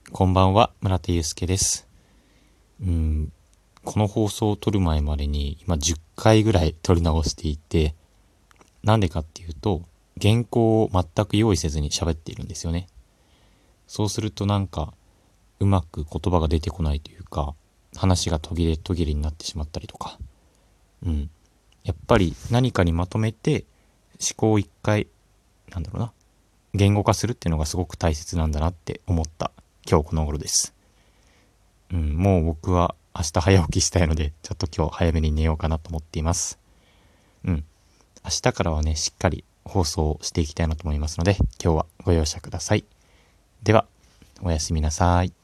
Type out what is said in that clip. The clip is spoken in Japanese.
こんばんは、村田祐介です。この放送を撮る前までに今10回ぐらい撮り直していて、なんでかっていうと、原稿を全く用意せずに喋っているんですよね。そうするとうまく言葉が出てこないというか、話が途切れ途切れになってしまったりとか。やっぱり何かにまとめて思考を一回、言語化するっていうのがすごく大切なんだなって思った今日この頃です。もう僕は明日早起きしたいので、ちょっと今日早めに寝ようかなと思っています。明日からはね、しっかり放送をしていきたいなと思いますので、今日はご容赦ください。では、おやすみなさい。